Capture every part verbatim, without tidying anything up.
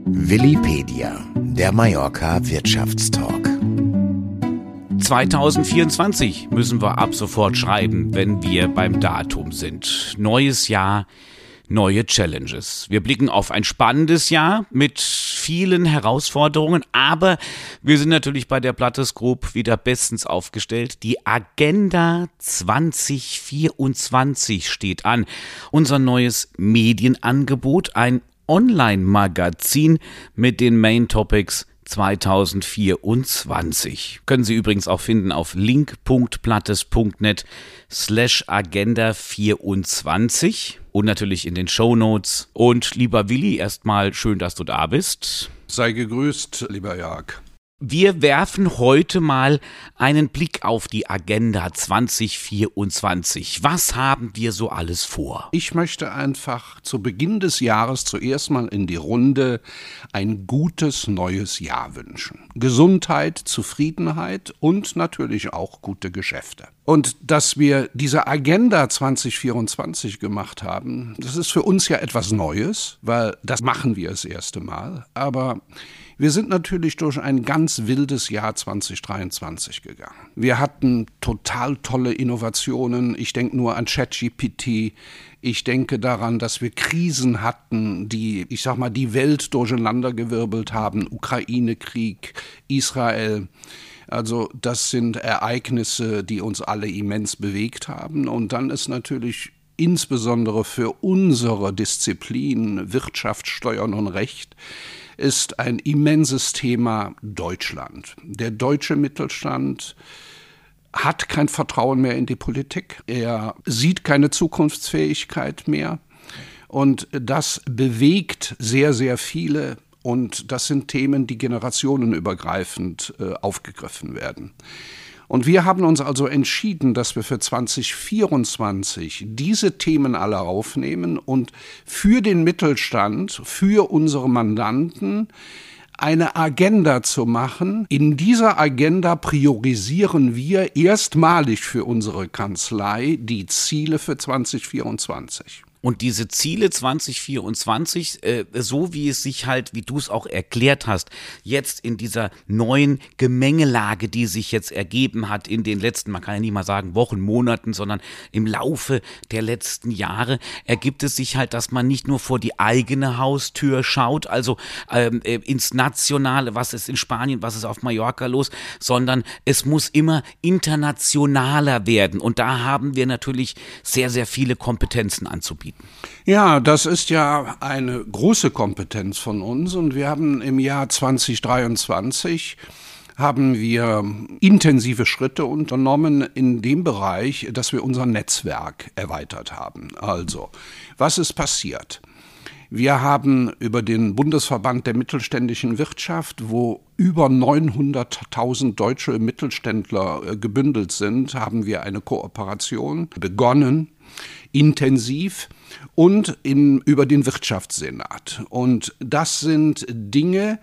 Willipedia, der Mallorca Wirtschaftstalk. zwanzig vierundzwanzig müssen wir ab sofort schreiben, wenn wir beim Datum sind. Neues Jahr, neue Challenges. Wir blicken auf ein spannendes Jahr mit vielen Herausforderungen, aber wir sind natürlich bei der Plattes Group wieder bestens aufgestellt. Die Agenda zwanzig vierundzwanzig steht an. Unser neues Medienangebot, ein Online-Magazin mit den Main Topics zwanzig vierundzwanzig. Können Sie übrigens auch finden auf link.plattes.net slash agenda vierundzwanzig und natürlich in den Shownotes. Und lieber Willi, erstmal schön, dass du da bist. Sei gegrüßt, lieber Jörg. Wir werfen heute mal einen Blick auf die Agenda zwanzig vierundzwanzig. Was haben wir so alles vor? Ich möchte einfach zu Beginn des Jahres zuerst mal in die Runde ein gutes neues Jahr wünschen. Gesundheit, Zufriedenheit und natürlich auch gute Geschäfte. Und dass wir diese Agenda zwanzig vierundzwanzig gemacht haben, das ist für uns ja etwas Neues, weil das machen wir das erste Mal. Aber wir sind natürlich durch ein ganz wildes Jahr zwanzig dreiundzwanzig gegangen. Wir hatten total tolle Innovationen. Ich denke nur an ChatGPT. Ich denke daran, dass wir Krisen hatten, die, ich sag mal, die Welt durcheinandergewirbelt haben. Ukraine-Krieg, Israel. Also das sind Ereignisse, die uns alle immens bewegt haben. Und dann ist natürlich insbesondere für unsere Disziplin Wirtschaft, Steuern und Recht ist ein immenses Thema Deutschland. Der deutsche Mittelstand hat kein Vertrauen mehr in die Politik. Er sieht keine Zukunftsfähigkeit mehr. Und das bewegt sehr, sehr viele. Und das sind Themen, die generationenübergreifend äh, aufgegriffen werden. Und wir haben uns also entschieden, dass wir für zwanzig vierundzwanzig diese Themen alle aufnehmen und für den Mittelstand, für unsere Mandanten eine Agenda zu machen. In dieser Agenda priorisieren wir erstmalig für unsere Kanzlei die Ziele für zwanzig vierundzwanzig. Und diese Ziele zwanzig vierundzwanzig, äh, so wie es sich halt, wie du es auch erklärt hast, jetzt in dieser neuen Gemengelage, die sich jetzt ergeben hat in den letzten, man kann ja nicht mal sagen Wochen, Monaten, sondern im Laufe der letzten Jahre, ergibt es sich halt, dass man nicht nur vor die eigene Haustür schaut, also ähm, äh, ins Nationale, was ist in Spanien, was ist auf Mallorca los, sondern es muss immer internationaler werden. Und da haben wir natürlich sehr, sehr viele Kompetenzen anzubieten. Ja, das ist ja eine große Kompetenz von uns und wir haben im Jahr zwanzig dreiundzwanzig haben wir intensive Schritte unternommen in dem Bereich, dass wir unser Netzwerk erweitert haben. Also, was ist passiert? Wir haben über den Bundesverband der mittelständischen Wirtschaft, wo über neunhunderttausend deutsche Mittelständler gebündelt sind, haben wir eine Kooperation begonnen, intensiv und in, über den Wirtschaftssenat. Und das sind Dinge,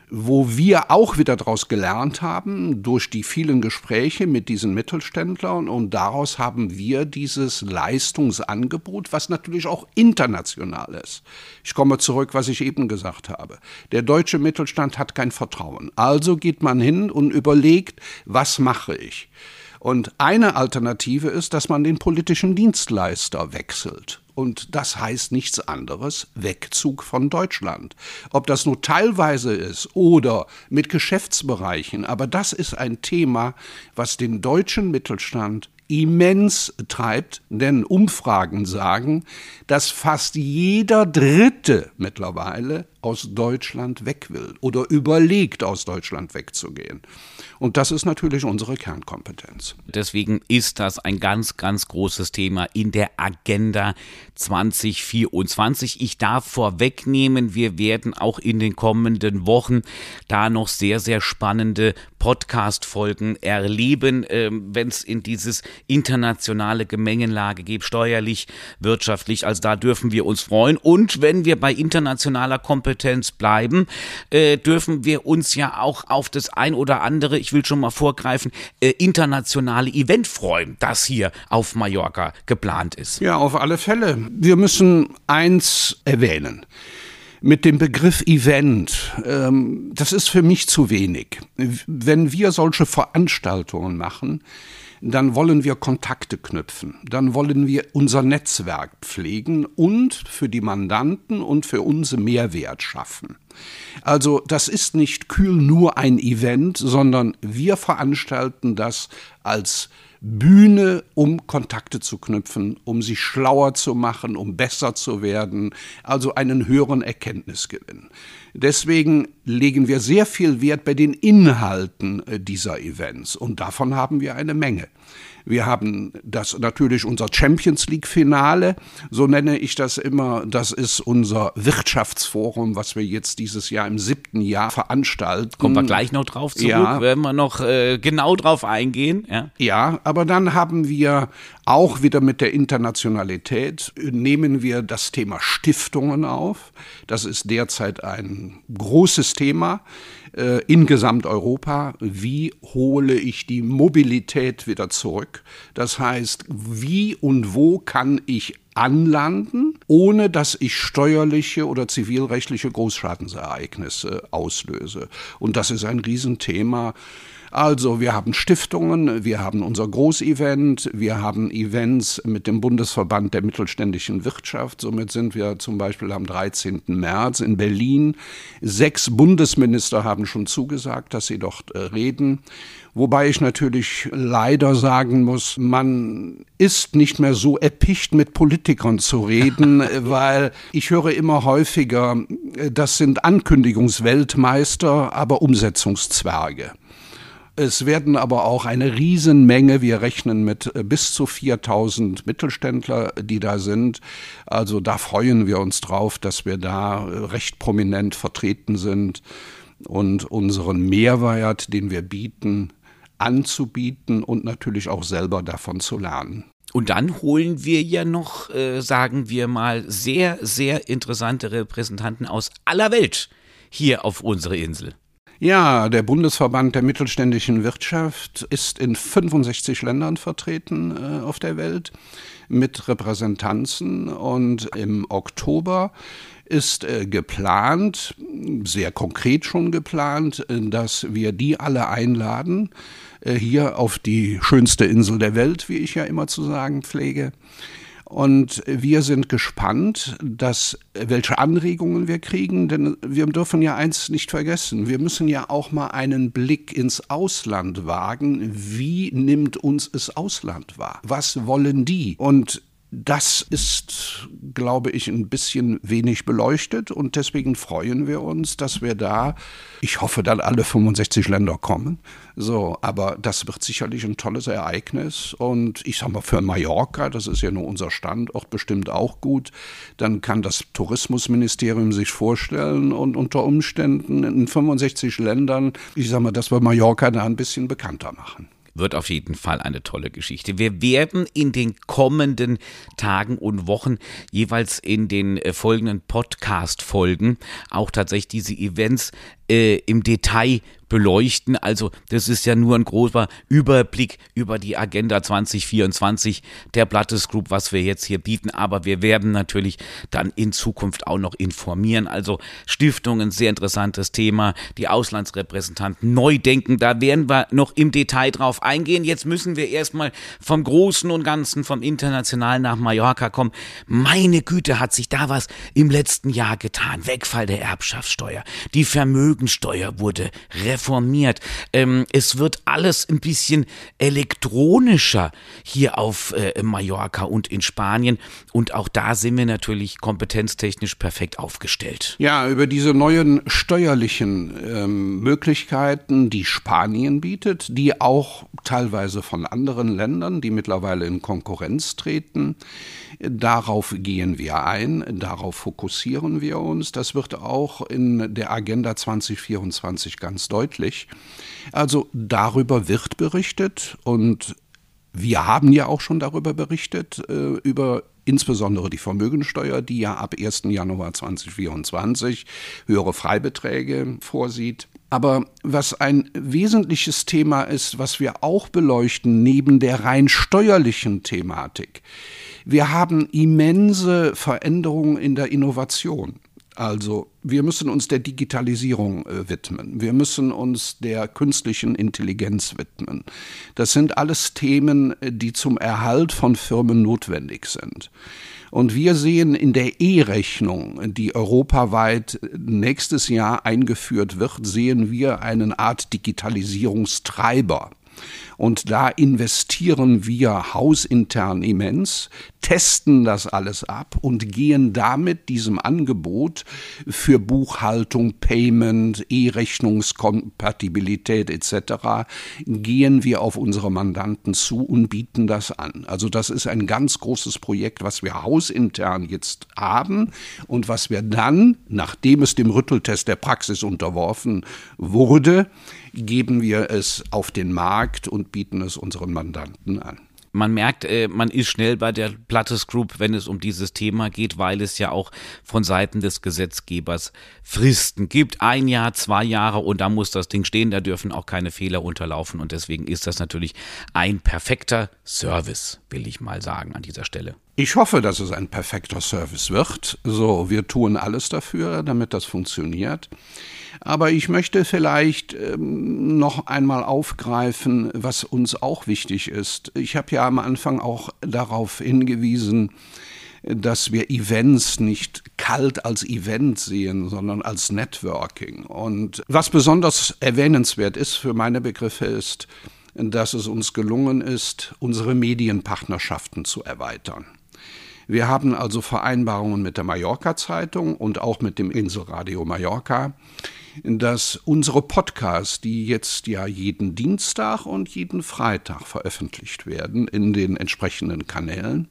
wo wir auch wieder daraus gelernt haben, durch die vielen Gespräche mit diesen Mittelständlern. Und daraus haben wir dieses Leistungsangebot, was natürlich auch international ist. Ich komme zurück, was ich eben gesagt habe. Der deutsche Mittelstand hat kein Vertrauen. Also geht man hin und überlegt, was mache ich? Und eine Alternative ist, dass man den politischen Dienstleister wechselt. Und das heißt nichts anderes, Wegzug von Deutschland. Ob das nur teilweise ist oder mit Geschäftsbereichen, aber das ist ein Thema, was den deutschen Mittelstand immens treibt, denn Umfragen sagen, dass fast jeder Dritte mittlerweile aus Deutschland weg will oder überlegt, aus Deutschland wegzugehen. Und das ist natürlich unsere Kernkompetenz. Deswegen ist das ein ganz, ganz großes Thema in der Agenda zwanzig vierundzwanzig. Ich darf vorwegnehmen, wir werden auch in den kommenden Wochen da noch sehr, sehr spannende Podcast-Folgen erleben, äh, wenn es in dieses internationale Gemengelage geht, steuerlich, wirtschaftlich. Also da dürfen wir uns freuen. Und wenn wir bei internationaler Kompetenz bleiben, äh, dürfen wir uns ja auch auf das ein oder andere, ich will schon mal vorgreifen, äh, internationale Event freuen, das hier auf Mallorca geplant ist. Ja, auf alle Fälle. Wir müssen eins erwähnen. Mit dem Begriff Event, ähm, das ist für mich zu wenig. Wenn wir solche Veranstaltungen machen, dann wollen wir Kontakte knüpfen, dann wollen wir unser Netzwerk pflegen und für die Mandanten und für uns Mehrwert schaffen. Also das ist nicht kühl nur ein Event, sondern wir veranstalten das als Bühne, um Kontakte zu knüpfen, um sich schlauer zu machen, um besser zu werden, also einen höheren Erkenntnisgewinn. Deswegen legen wir sehr viel Wert bei den Inhalten dieser Events und davon haben wir eine Menge. Wir haben das natürlich unser Champions League Finale, so nenne ich das immer. Das ist unser Wirtschaftsforum, was wir jetzt dieses Jahr im siebten Jahr veranstalten. Kommen wir gleich noch drauf zurück, ja. Werden wir noch äh, genau drauf eingehen. Ja. ja, aber dann haben wir auch wieder mit der Internationalität, nehmen wir das Thema Stiftungen auf. Das ist derzeit ein großes Thema in Gesamteuropa. Wie hole ich die Mobilität wieder zurück? Das heißt, wie und wo kann ich anlanden, ohne dass ich steuerliche oder zivilrechtliche Großschadensereignisse auslöse? Und das ist ein Riesenthema. Also wir haben Stiftungen, wir haben unser Großevent, wir haben Events mit dem Bundesverband der mittelständischen Wirtschaft. Somit sind wir zum Beispiel am dreizehnten März in Berlin. Sechs Bundesminister haben schon zugesagt, dass sie dort reden. Wobei ich natürlich leider sagen muss, man ist nicht mehr so erpicht, mit Politikern zu reden, weil ich höre immer häufiger, das sind Ankündigungsweltmeister, aber Umsetzungszwerge. Es werden aber auch eine Riesenmenge, wir rechnen mit bis zu viertausend Mittelständler, die da sind. Also da freuen wir uns drauf, dass wir da recht prominent vertreten sind und unseren Mehrwert, den wir bieten, anzubieten und natürlich auch selber davon zu lernen. Und dann holen wir ja noch, äh, sagen wir mal, sehr, sehr interessante Repräsentanten aus aller Welt hier auf unsere Insel. Ja, der Bundesverband der mittelständischen Wirtschaft ist in fünfundsechzig Ländern vertreten äh, auf der Welt mit Repräsentanzen und im Oktober ist äh, geplant, sehr konkret schon geplant, äh, dass wir die alle einladen, äh, hier auf die schönste Insel der Welt, wie ich ja immer zu sagen pflege. Und wir sind gespannt, dass, welche Anregungen wir kriegen, denn wir dürfen ja eins nicht vergessen, wir müssen ja auch mal einen Blick ins Ausland wagen. Wie nimmt uns das Ausland wahr? Was wollen die? Und das ist, glaube ich, ein bisschen wenig beleuchtet und deswegen freuen wir uns, dass wir da, ich hoffe, dann alle fünfundsechzig Länder kommen. So, aber das wird sicherlich ein tolles Ereignis und ich sag mal für Mallorca, das ist ja nur unser Standort, bestimmt auch gut. Dann kann das Tourismusministerium sich vorstellen und unter Umständen in fünfundsechzig Ländern, ich sag mal, dass wir Mallorca da ein bisschen bekannter machen. Wird auf jeden Fall eine tolle Geschichte. Wir werden in den kommenden Tagen und Wochen jeweils in den äh, folgenden Podcast-Folgen auch tatsächlich diese Events äh, im Detail beleuchten. Also das ist ja nur ein großer Überblick über die Agenda zwanzig vierundzwanzig der Blattes Group, was wir jetzt hier bieten. Aber wir werden natürlich dann in Zukunft auch noch informieren. Also Stiftungen, sehr interessantes Thema. Die Auslandsrepräsentanten neu denken, da werden wir noch im Detail drauf eingehen. Jetzt müssen wir erstmal vom Großen und Ganzen, vom Internationalen nach Mallorca kommen. Meine Güte, hat sich da was im letzten Jahr getan. Wegfall der Erbschaftssteuer. Die Vermögensteuer wurde reformiert. Ähm, es wird alles ein bisschen elektronischer hier auf äh, Mallorca und in Spanien. Und auch da sind wir natürlich kompetenztechnisch perfekt aufgestellt. Ja, über diese neuen steuerlichen ähm, Möglichkeiten, die Spanien bietet, die auch teilweise von anderen Ländern, die mittlerweile in Konkurrenz treten, darauf gehen wir ein, darauf fokussieren wir uns. Das wird auch in der Agenda zwanzig vierundzwanzig ganz deutlich. Also darüber wird berichtet und wir haben ja auch schon darüber berichtet, äh, über insbesondere die Vermögensteuer, die ja ab ersten Januar zwanzig vierundzwanzig höhere Freibeträge vorsieht. Aber was ein wesentliches Thema ist, was wir auch beleuchten, neben der rein steuerlichen Thematik, wir haben immense Veränderungen in der Innovation. Also wir müssen uns der Digitalisierung äh, widmen. Wir müssen uns der künstlichen Intelligenz widmen. Das sind alles Themen, die zum Erhalt von Firmen notwendig sind. Und wir sehen in der E-Rechnung, die europaweit nächstes Jahr eingeführt wird, sehen wir eine Art Digitalisierungstreiber. Und da investieren wir hausintern immens, testen das alles ab und gehen damit diesem Angebot für Buchhaltung, Payment, E-Rechnungskompatibilität et cetera, gehen wir auf unsere Mandanten zu und bieten das an. Also das ist ein ganz großes Projekt, was wir hausintern jetzt haben und was wir dann, nachdem es dem Rütteltest der Praxis unterworfen wurde, geben wir es auf den Markt und bieten es unseren Mandanten an. Man merkt, man ist schnell bei der Plattes Group, wenn es um dieses Thema geht, weil es ja auch von Seiten des Gesetzgebers Fristen gibt. Ein Jahr, zwei Jahre und da muss das Ding stehen, da dürfen auch keine Fehler unterlaufen und deswegen ist das natürlich ein perfekter Service, will ich mal sagen an dieser Stelle. Ich hoffe, dass es ein perfekter Service wird. So, wir tun alles dafür, damit das funktioniert. Aber ich möchte vielleicht ähm, noch einmal aufgreifen, was uns auch wichtig ist. Ich habe ja am Anfang auch darauf hingewiesen, dass wir Events nicht kalt als Event sehen, sondern als Networking. Und was besonders erwähnenswert ist für meine Begriffe ist, dass es uns gelungen ist, unsere Medienpartnerschaften zu erweitern. Wir haben also Vereinbarungen mit der Mallorca-Zeitung und auch mit dem Inselradio Mallorca, dass unsere Podcasts, die jetzt ja jeden Dienstag und jeden Freitag veröffentlicht werden in den entsprechenden Kanälen,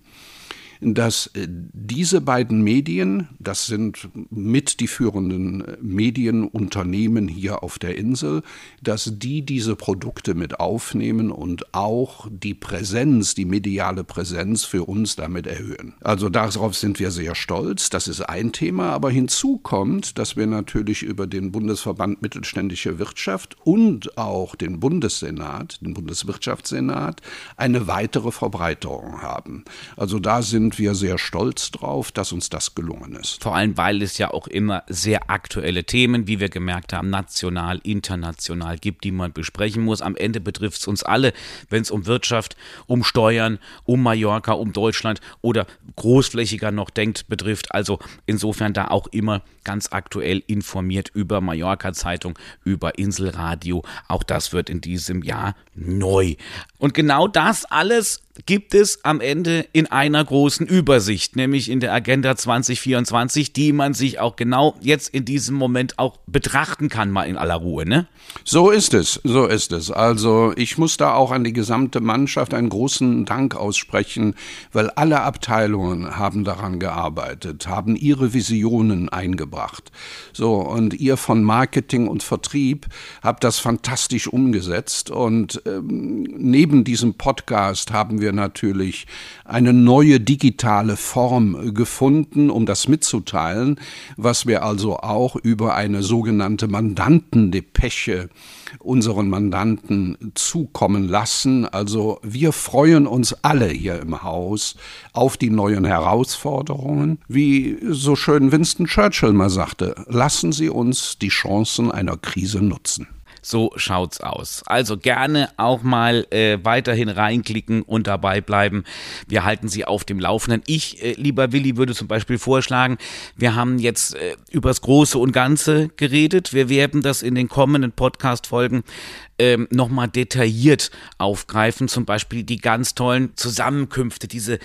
dass diese beiden Medien, das sind mit die führenden Medienunternehmen hier auf der Insel, dass die diese Produkte mit aufnehmen und auch die Präsenz, die mediale Präsenz für uns damit erhöhen. Also darauf sind wir sehr stolz, das ist ein Thema, aber hinzu kommt, dass wir natürlich über den Bundesverband Mittelständische Wirtschaft und auch den Bundessenat, den Bundeswirtschaftssenat, eine weitere Verbreiterung haben. Also da sind wir sehr stolz drauf, dass uns das gelungen ist. Vor allem, weil es ja auch immer sehr aktuelle Themen, wie wir gemerkt haben, national, international gibt, die man besprechen muss. Am Ende betrifft es uns alle, wenn es um Wirtschaft, um Steuern, um Mallorca, um Deutschland oder großflächiger noch denkt, betrifft. Also insofern da auch immer ganz aktuell informiert über Mallorca-Zeitung, über Inselradio. Auch das wird in diesem Jahr neu. Und genau das alles gibt es am Ende in einer großen Übersicht, nämlich in der Agenda zwanzig vierundzwanzig, die man sich auch genau jetzt in diesem Moment auch betrachten kann, mal in aller Ruhe, ne? So ist es, so ist es. Also ich muss da auch an die gesamte Mannschaft einen großen Dank aussprechen, weil alle Abteilungen haben daran gearbeitet, haben ihre Visionen eingebracht. So, und ihr von Marketing und Vertrieb habt das fantastisch umgesetzt und ähm, neben diesem Podcast haben wir wir natürlich eine neue digitale Form gefunden, um das mitzuteilen, was wir also auch über eine sogenannte Mandantendepesche unseren Mandanten zukommen lassen. Also wir freuen uns alle hier im Haus auf die neuen Herausforderungen. Wie so schön Winston Churchill mal sagte, lassen Sie uns die Chancen einer Krise nutzen. So schaut's aus. Also gerne auch mal äh, weiterhin reinklicken und dabei bleiben. Wir halten Sie auf dem Laufenden. Ich, äh, lieber Willi, würde zum Beispiel vorschlagen, wir haben jetzt äh, übers Große und Ganze geredet. Wir werden das in den kommenden Podcast-Folgen ähm, nochmal detailliert aufgreifen. Zum Beispiel die ganz tollen Zusammenkünfte, diese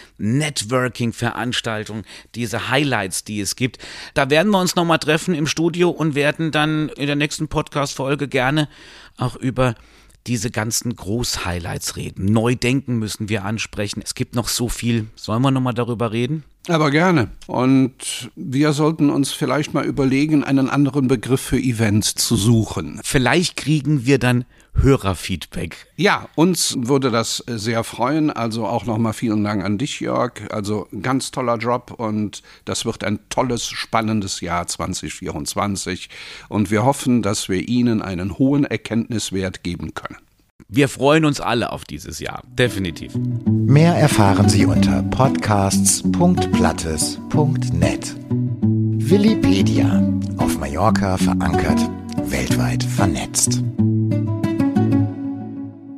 Networking-Veranstaltungen, diese Highlights, die es gibt. Da werden wir uns nochmal treffen im Studio und werden dann in der nächsten Podcast-Folge gerne auch über diese ganzen Groß-Highlights reden. Neudenken müssen wir ansprechen. Es gibt noch so viel. Sollen wir nochmal darüber reden? Aber gerne. Und wir sollten uns vielleicht mal überlegen, einen anderen Begriff für Events zu suchen. Vielleicht kriegen wir dann Hörerfeedback. Ja, uns würde das sehr freuen. Also auch nochmal vielen Dank an dich, Jörg. Also ganz toller Job und das wird ein tolles, spannendes Jahr zwanzig vierundzwanzig. Und wir hoffen, dass wir Ihnen einen hohen Erkenntniswert geben können. Wir freuen uns alle auf dieses Jahr, definitiv. Mehr erfahren Sie unter podcasts punkt plattes punkt net. Willipedia. Auf Mallorca verankert, weltweit vernetzt.